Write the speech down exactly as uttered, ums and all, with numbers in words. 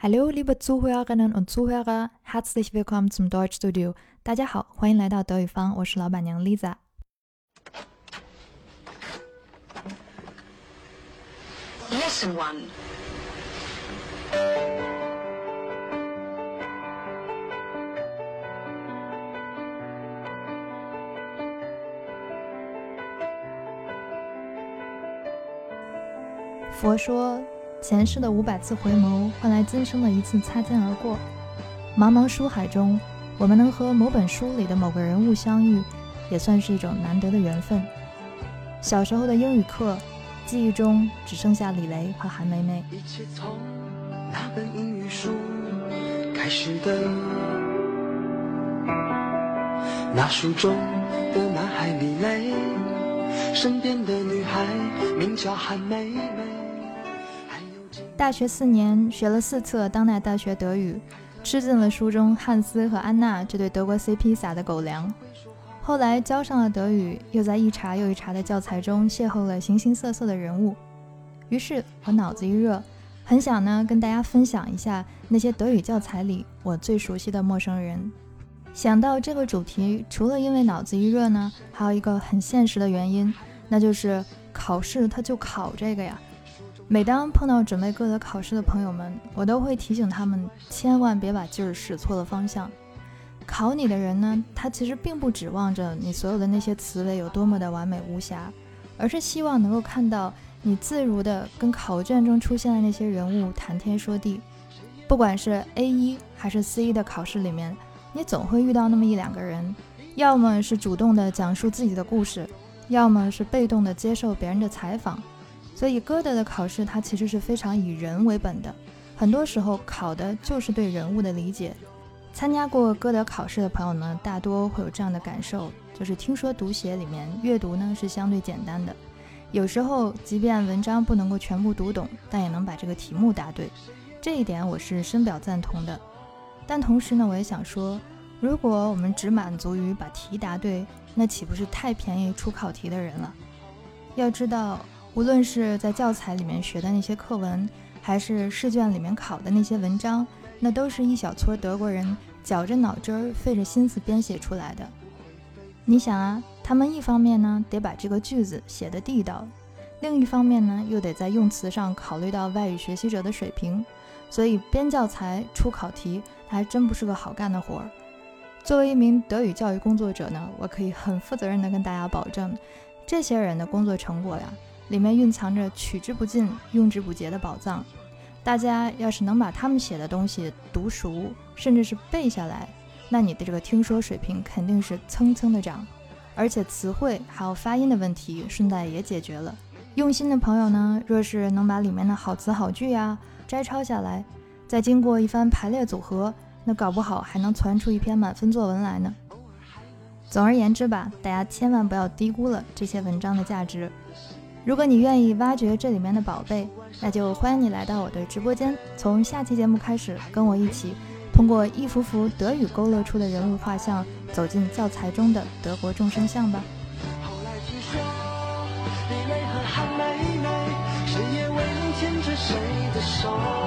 Hallo, liebe Zuhörerinnen und Zuhörer, herzlich willkommen zum Deutschstudio. 大家好，欢迎来到德语坊，我是老板娘 Lisa。 Lesson one. 佛说，前世的五百次回眸，换来今生的一次擦肩而过。茫茫书海中，我们能和某本书里的某个人物相遇，也算是一种难得的缘分。小时候的英语课，记忆中只剩下李雷和韩梅梅。 一切从那本英语书开始的，那书中的男孩李雷，身边的女孩名叫韩梅梅。 大学四年学了四册当代大学德语，吃尽了书中汉斯和安娜这对德国 C P 撒的狗粮。后来教上了德语，又在一茬又一茬的教材中邂逅了形形色色的人物。于是我脑子一热，很想呢跟大家分享一下那些德语教材里我最熟悉的陌生人。想到这个主题，除了因为脑子一热呢，还有一个很现实的原因，那就是考试它就考这个呀。每当碰到准备歌德考试的朋友们，我都会提醒他们千万别把劲儿使错了方向。考你的人呢，他其实并不指望着你所有的那些词尾有多么的完美无瑕，而是希望能够看到你自如的跟考卷中出现的那些人物谈天说地。不管是 A 一 还是 C 一 的考试里面，你总会遇到那么一两个人，要么是主动的讲述自己的故事，要么是被动的接受别人的采访。所以歌德的考试它其实是非常以人为本的，很多时候考的就是对人物的理解。参加过歌德考试的朋友呢，大多会有这样的感受，就是听说读写里面阅读呢是相对简单的，有时候即便文章不能够全部读懂，但也能把这个题目答对，这一点我是深表赞同的。但同时呢，我也想说，如果我们只满足于把题答对，那岂不是太便宜出考题的人了？要知道，无论是在教材里面学的那些课文，还是试卷里面考的那些文章，那都是一小撮德国人绞着脑汁儿费着心思编写出来的。你想啊，他们一方面呢得把这个句子写得地道，另一方面呢又得在用词上考虑到外语学习者的水平，所以编教材出考题它还真不是个好干的活儿。作为一名德语教育工作者呢，我可以很负责任地跟大家保证，这些人的工作成果呀，里面蕴藏着取之不尽用之不竭的宝藏。大家要是能把他们写的东西读熟，甚至是背下来，那你的这个听说水平肯定是蹭蹭的涨，而且词汇还有发音的问题顺带也解决了。用心的朋友呢，若是能把里面的好词好句呀摘抄下来，再经过一番排列组合，那搞不好还能传出一篇满分作文来呢。总而言之吧，大家千万不要低估了这些文章的价值。如果你愿意挖掘这里面的宝贝，那就欢迎你来到我的直播间，从下期节目开始，跟我一起通过一幅幅德语勾勒出的人物画像，走进教材中的德国众生相吧。 后来听说李雷和韩梅梅，谁也未能牵着谁的手。